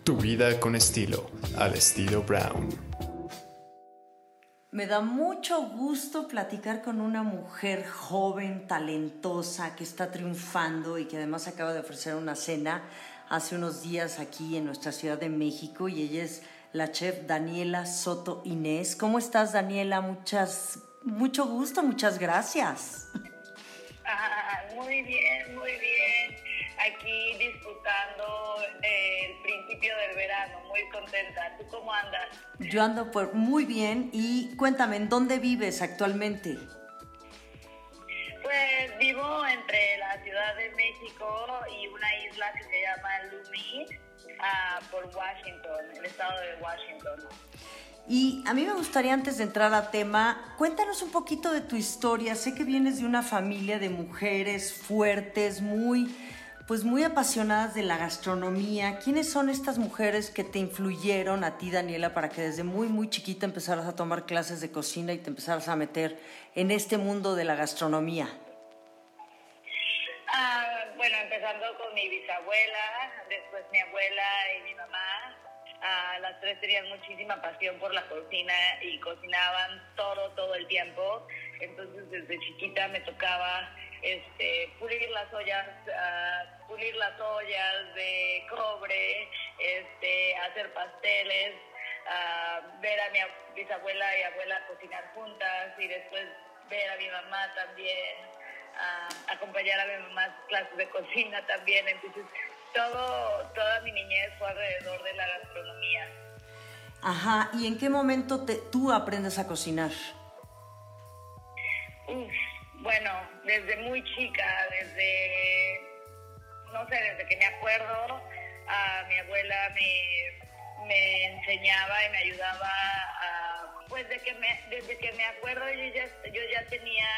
Tu vida con estilo, al estilo Brown. Me da mucho gusto platicar con una mujer joven, talentosa, que está triunfando y que además acaba de ofrecer una cena hace unos días aquí en nuestra Ciudad de México, y ella es la chef Daniela Soto Inés. ¿Cómo estás, Daniela? Mucho gusto, muchas gracias. Muy bien, muy bien. Aquí disfrutando el principio del verano, muy contenta. ¿Tú cómo andas? Yo ando muy bien, y cuéntame, ¿en dónde vives actualmente? Pues vivo entre la Ciudad de México y una isla que se llama Lumi, por Washington, el estado de Washington. Y a mí me gustaría, antes de entrar a tema, cuéntanos un poquito de tu historia. Sé que vienes de una familia de mujeres fuertes, muy apasionadas de la gastronomía. ¿Quiénes son estas mujeres que te influyeron a ti, Daniela, para que desde muy, muy chiquita empezaras a tomar clases de cocina y te empezaras a meter en este mundo de la gastronomía? Bueno, empezando con mi bisabuela, después mi abuela y mi mamá. Las tres tenían muchísima pasión por la cocina y cocinaban todo el tiempo. Entonces desde chiquita me tocaba pulir las ollas de cobre, hacer pasteles, ver a mi bisabuela y abuela cocinar juntas, y después ver a mi mamá también, acompañar a mi mamá a sus clases de cocina también. Entonces toda mi niñez fue alrededor de la gastronomía. Ajá, ¿y en qué momento tú aprendes a cocinar? Bueno, desde muy chica, desde que me acuerdo, mi abuela me enseñaba y me ayudaba desde que me acuerdo yo ya tenía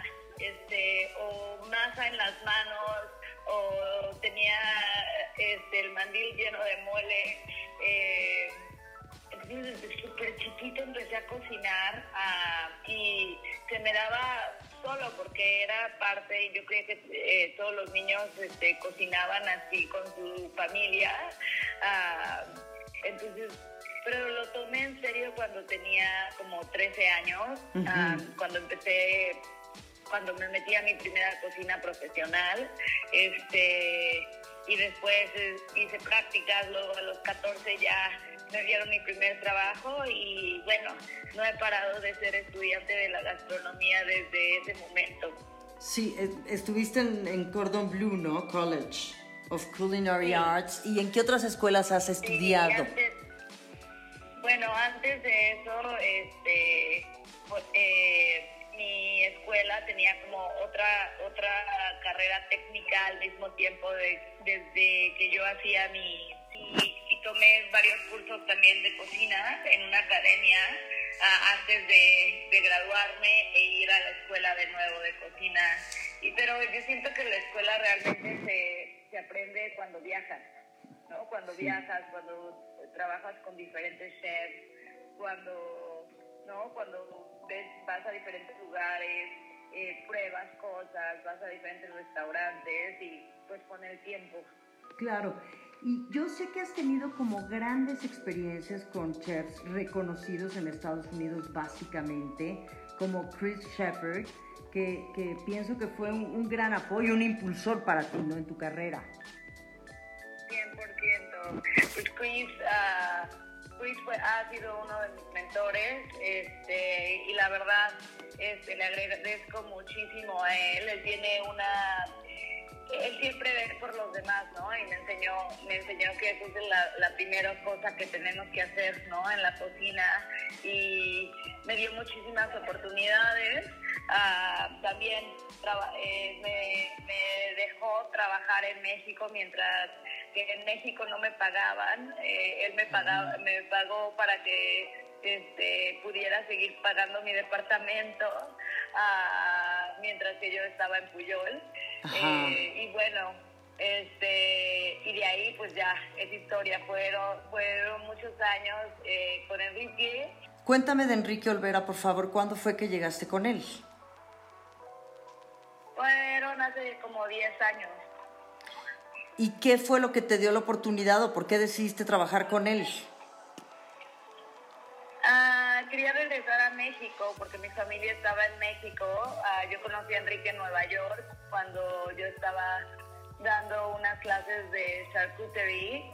o masa en las manos, o tenía el mandil lleno de mole. Entonces desde súper chiquito empecé a cocinar, y se me daba solo porque era parte, y yo creo que todos los niños cocinaban así con su familia. Entonces, pero lo tomé en serio cuando tenía como 13 años, uh-huh. Cuando me metí a mi primera cocina profesional, y después hice prácticas. Luego a los 14 ya me dieron mi primer trabajo, y bueno, no he parado de ser estudiante de la gastronomía desde ese momento. Sí, estuviste en Cordon Bleu, ¿no? College of Culinary Arts. ¿Y en qué otras escuelas has estudiado? Antes de eso, mi escuela tenía como otra carrera técnica al mismo tiempo, desde que yo hacía y tomé varios cursos también de cocina en una academia antes de graduarme e ir a la escuela de nuevo de cocina. Pero yo siento que la escuela realmente se aprende cuando viajas, ¿no? Cuando viajas, cuando trabajas con diferentes chefs, cuando vas a diferentes lugares, pruebas cosas, vas a diferentes restaurantes, y pues con el tiempo. Claro, y yo sé que has tenido como grandes experiencias con chefs reconocidos en Estados Unidos, básicamente, como Chris Shepherd, que pienso que fue un gran apoyo, un impulsor para ti, ¿no?, en tu carrera. 100%. Pues Chris ha sido uno de mis mentores, y la verdad le agradezco muchísimo a él. Él siempre ve por los demás, ¿no? Y me enseñó que esa es la primera cosa que tenemos que hacer, ¿no?, en la cocina, y me dio muchísimas oportunidades. También me dejó trabajar en México, mientras que en México no me pagaban. Él me pagó para que pudiera seguir pagando mi departamento, mientras que yo estaba en Puyol. Y bueno, y de ahí pues ya es historia. Fueron muchos años con Enrique. Cuéntame de Enrique Olvera, por favor. ¿Cuándo fue que llegaste con él? Fueron hace como 10 años. ¿Y qué fue lo que te dio la oportunidad o por qué decidiste trabajar con él? Quería regresar a México porque mi familia estaba en México. Yo conocí a Enrique en Nueva York cuando yo estaba dando unas clases de charcuterie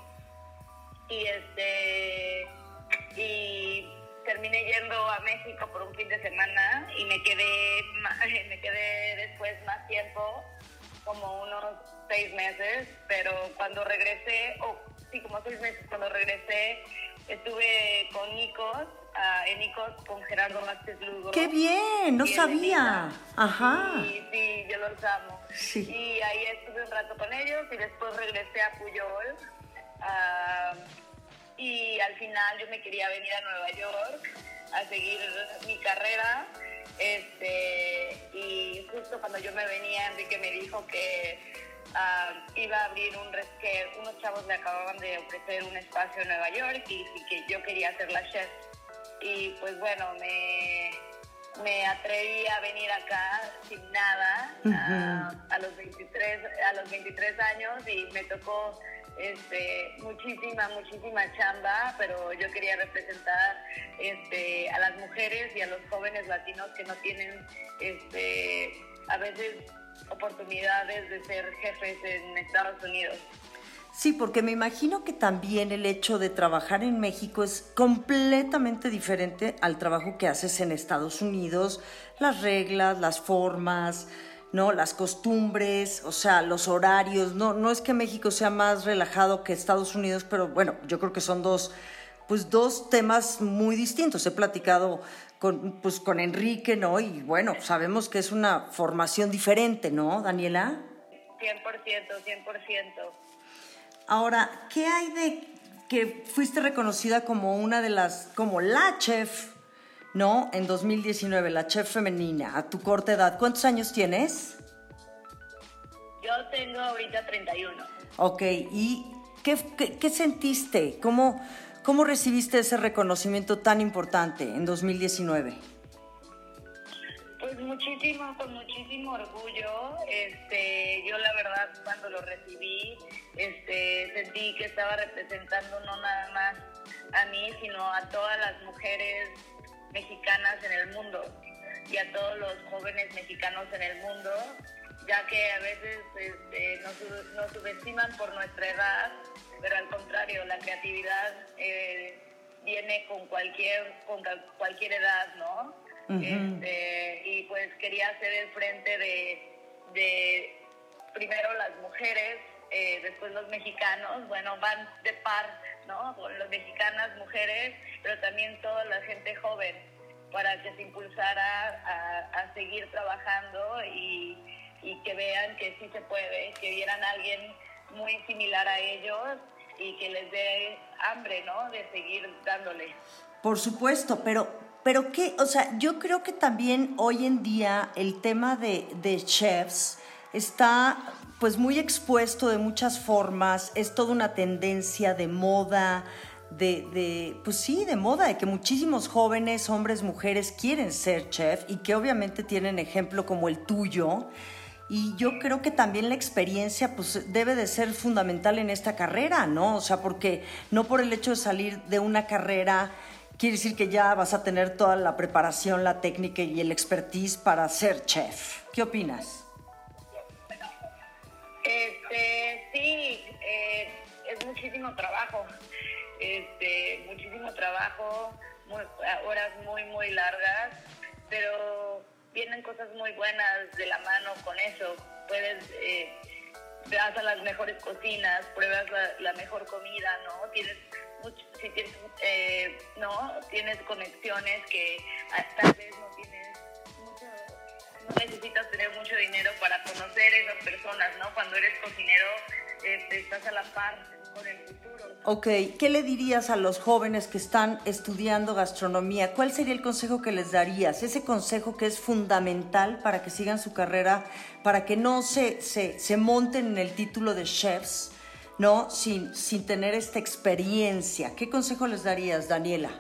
y terminé yendo a México por un fin de semana y me quedé después más tiempo, como unos 6 meses, pero cuando regresé, como 6 meses, cuando regresé estuve con Nikos, en Nikos con Gerardo Vázquez Lugo. ¡Qué bien! No sabía. Ajá. Y sí, yo los amo. Sí. Y ahí estuve un rato con ellos y después regresé a Puyol. Y al final yo me quería venir a Nueva York a seguir mi carrera. Y justo cuando yo me venía, Enrique me dijo que iba a abrir que unos chavos me acababan de ofrecer un espacio en Nueva York y que yo quería ser la chef. Y pues bueno, me atreví a venir acá sin nada, a los 23 años, y me tocó muchísima chamba, pero yo quería representar a las mujeres y a los jóvenes latinos que no tienen a veces oportunidades de ser jefes en Estados Unidos. Sí, porque me imagino que también el hecho de trabajar en México es completamente diferente al trabajo que haces en Estados Unidos. Las reglas, las formas, ¿no? Las costumbres, o sea, los horarios. No es que México sea más relajado que Estados Unidos, pero bueno, yo creo que son dos temas muy distintos. He platicado con Enrique, ¿no? Y bueno, sabemos que es una formación diferente, ¿no, Daniela? 100%. Ahora, ¿qué hay de que fuiste reconocida como como la chef, ¿no? En 2019, la chef femenina, a tu corta edad. ¿Cuántos años tienes? Yo tengo ahorita 31. Ok, ¿y qué sentiste? ¿Cómo recibiste ese reconocimiento tan importante en 2019? Pues con muchísimo orgullo. Yo la verdad cuando lo recibí, sentí que estaba representando no nada más a mí, sino a todas las mujeres mexicanas en el mundo y a todos los jóvenes mexicanos en el mundo, ya que a veces nos subestiman por nuestra edad, pero al contrario, la creatividad viene con cualquier edad, ¿no? Uh-huh. Y pues quería hacer el frente de primero las mujeres, después los mexicanos, bueno, van de par, ¿no? Con las mexicanas, mujeres, pero también toda la gente joven, para que se impulsara a seguir trabajando y que vean que sí se puede, que vieran a alguien muy similar a ellos y que les dé hambre, ¿no? De seguir dándole. Por supuesto, pero qué, o sea, yo creo que también hoy en día el tema de chefs está pues muy expuesto de muchas formas, es toda una tendencia de moda, pues sí, de moda, de que muchísimos jóvenes, hombres, mujeres quieren ser chef y que obviamente tienen ejemplo como el tuyo. Y yo creo que también la experiencia pues debe de ser fundamental en esta carrera, ¿no? O sea, porque no por el hecho de salir de una carrera quiere decir que ya vas a tener toda la preparación, la técnica y el expertise para ser chef. ¿Qué opinas? Sí, es muchísimo trabajo. Muchísimo trabajo, horas muy largas, pero vienen cosas muy buenas de la mano con eso. Vas a las mejores cocinas, pruebas la mejor comida, ¿no? Tienes conexiones que tal vez no necesitas tener mucho dinero para conocer esas personas, ¿no? Cuando eres cocinero, estás a la par con el futuro. Ok, ¿qué le dirías a los jóvenes que están estudiando gastronomía? ¿Cuál sería el consejo que les darías? Ese consejo que es fundamental para que sigan su carrera, para que no se monten en el título de chefs, ¿no? Sin tener esta experiencia. ¿Qué consejo les darías, Daniela?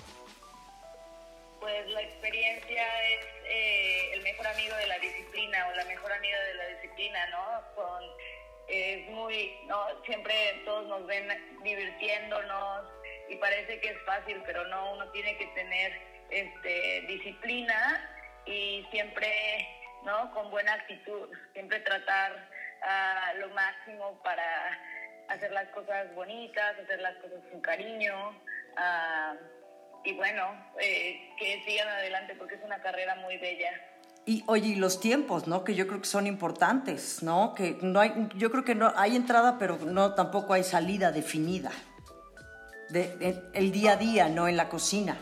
Pues la experiencia es el mejor amigo de la disciplina o la mejor amiga de la disciplina, ¿no? es muy, ¿no? Siempre todos nos ven divirtiéndonos y parece que es fácil, pero no, uno tiene que tener disciplina y siempre, ¿no? Con buena actitud, siempre tratar lo máximo para hacer las cosas bonitas, hacer las cosas con cariño, y bueno, que sigan adelante porque es una carrera muy bella. Y oye, y los tiempos, ¿no? Que yo creo que son importantes, ¿no? Que no hay, yo creo que no hay entrada, pero no tampoco hay salida definida. El día a día, ¿no? En la cocina.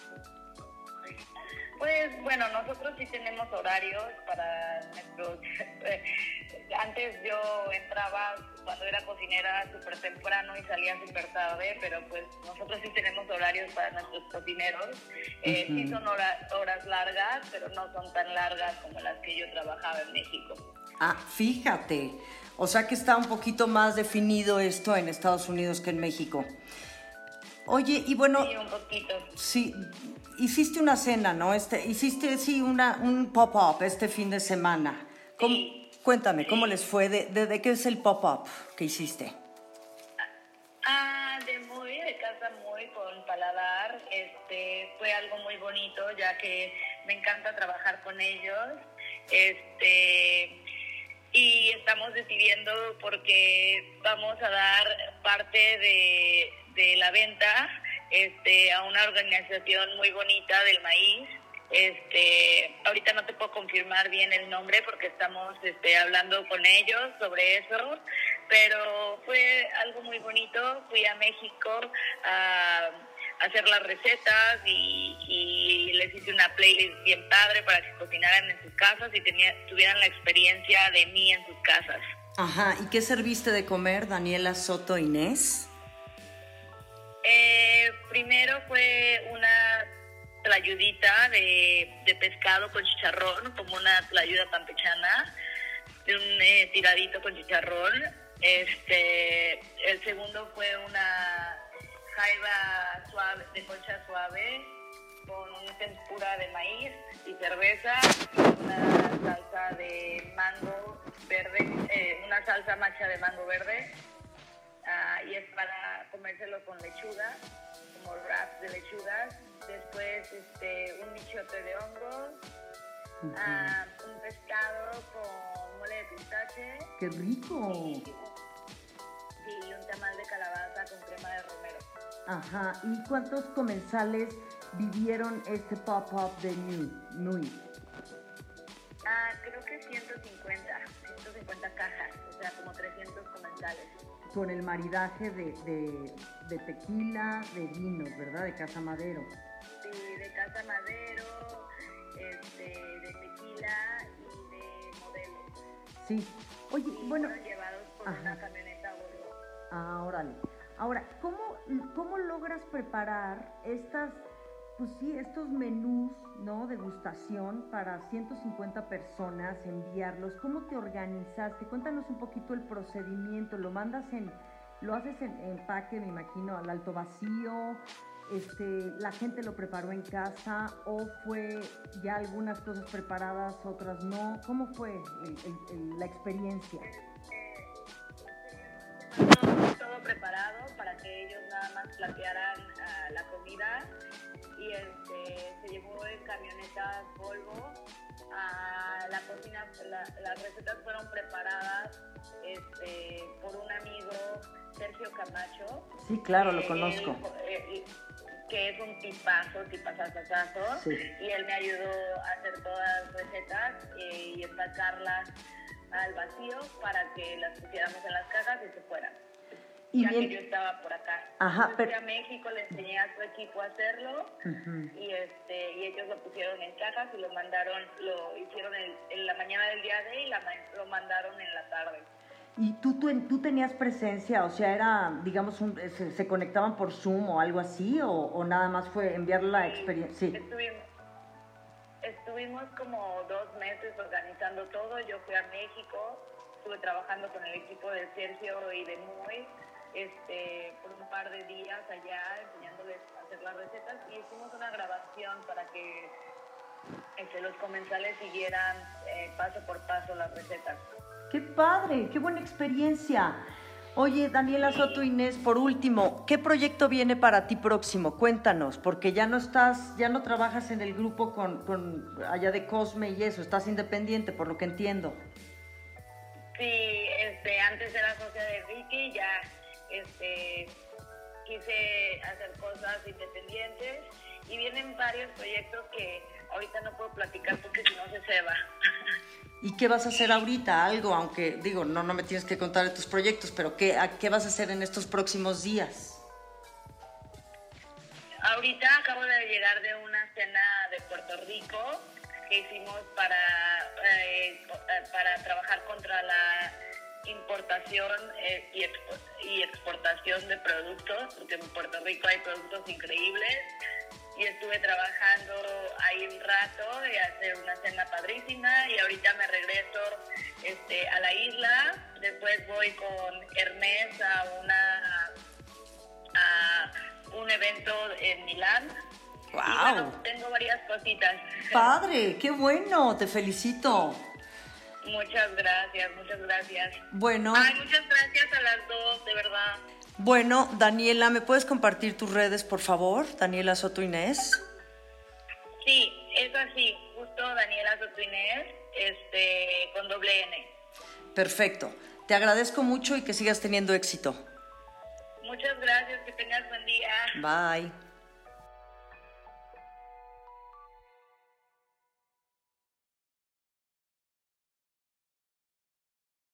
Pues bueno, nosotros sí tenemos horarios para nuestros... antes yo entraba cuando era cocinera súper temprano y salía súper tarde, pero pues nosotros sí tenemos horarios para nuestros cocineros. Sí son horas largas, pero no son tan largas como las que yo trabajaba en México. Ah, fíjate. O sea que está un poquito más definido esto en Estados Unidos que en México. Oye, y bueno... Sí, un poquito. Sí, hiciste una cena, ¿no? Hiciste, sí, un pop-up este fin de semana. Sí. Cuéntame, Sí. ¿cómo les fue? ¿De qué es el pop-up que hiciste? De casa muy con paladar. Fue algo muy bonito, ya que me encanta trabajar con ellos. Y estamos decidiendo porque vamos a dar parte de la venta a una organización muy bonita del maíz. Ahorita no te puedo confirmar bien el nombre porque estamos hablando con ellos sobre eso, pero fue algo muy bonito. Fui a México a hacer las recetas y les hice una playlist bien padre para que cocinaran en sus casas y tuvieran la experiencia de mí en sus casas. Ajá, ¿y qué serviste de comer, Daniela Soto Inés? Primero fue una tlayudita de pescado con chicharrón, como una tlayuda campechana, de un tiradito con chicharrón. El segundo fue una jaiba suave, de concha suave, con un tempura de maíz y cerveza, y una salsa de mango verde, una salsa macha de mango verde, y es para comérselo con lechuga, como wraps de lechugas. Después un michote de hongos, un pescado con mole de pistache. ¡Qué rico! Y un tamal de calabaza con crema de romero. Ajá, ¿y cuántos comensales vivieron este pop-up de Nui? Creo que 150 cajas, o sea, como 300 comensales. Con el maridaje de tequila, de vinos, ¿verdad? De Casa Madero. Sí, de Casa Madero, de tequila y de Modelo. Sí. Oye, y bueno... fueron llevados por una camioneta Volvo. Ah, órale. Ahora, ¿cómo logras preparar estos menús, ¿no? Degustación para 150 personas, enviarlos? ¿Cómo te organizaste? Cuéntanos un poquito el procedimiento. ¿Lo haces en empaque, me imagino, al alto vacío? ¿La gente lo preparó en casa o fue ya algunas cosas preparadas, otras no? ¿Cómo fue la experiencia? Todo preparado para que ellos nada más platearan la comida, y se llevó en camionetas Volvo a la cocina. Las recetas fueron preparadas por un amigo, Sergio Camacho. Sí, claro, lo conozco. Que es un tipazazazazo, sí. Y él me ayudó a hacer todas las recetas y empacarlas al vacío para que las pusiéramos en las cajas y se fueran. Y ya que yo estaba por acá. Ajá, fui a México, le enseñé a su equipo a hacerlo, y ellos lo pusieron en cajas y lo hicieron en la mañana del día de y lo mandaron en la tarde. ¿Y tú tenías presencia? O sea, era, digamos, se conectaban por Zoom o algo así, o nada más fue enviar la experiencia? Sí. Estuvimos como 2 meses organizando todo. Yo fui a México, estuve trabajando con el equipo de Sergio y de Muy, por un par de días allá, enseñándoles a hacer las recetas, y hicimos una grabación para que los comensales siguieran paso por paso las recetas. Qué padre, qué buena experiencia. Oye, Daniela Soto Inés, por último, ¿qué proyecto viene para ti próximo? Cuéntanos, porque ya no trabajas en el grupo con allá de Cosme y eso, estás independiente, por lo que entiendo. Sí, antes era socia de Ricky, ya quise hacer cosas independientes y vienen varios proyectos que ahorita no puedo platicar porque si no se ceba. ¿Y qué vas a hacer ahorita? Algo, aunque digo, no me tienes que contar de tus proyectos, pero ¿qué vas a hacer en estos próximos días? Ahorita acabo de llegar de una cena de Puerto Rico que hicimos para trabajar contra la importación y exportación de productos, porque en Puerto Rico hay productos increíbles. Y estuve trabajando ahí un rato y hacer una cena padrísima y ahorita me regreso a la isla. Después voy con Hermes a un evento en Milán. ¡Wow! Y bueno, tengo varias cositas. ¡Padre! ¡Qué bueno! ¡Te felicito! Muchas gracias, muchas gracias. Bueno. Ay, muchas gracias a las dos, de verdad. Bueno, Daniela, ¿me puedes compartir tus redes, por favor? Daniela Soto Inés. Sí, es así, justo Daniela Soto Inés, con doble N. Perfecto. Te agradezco mucho y que sigas teniendo éxito. Muchas gracias, que tengas buen día. Bye.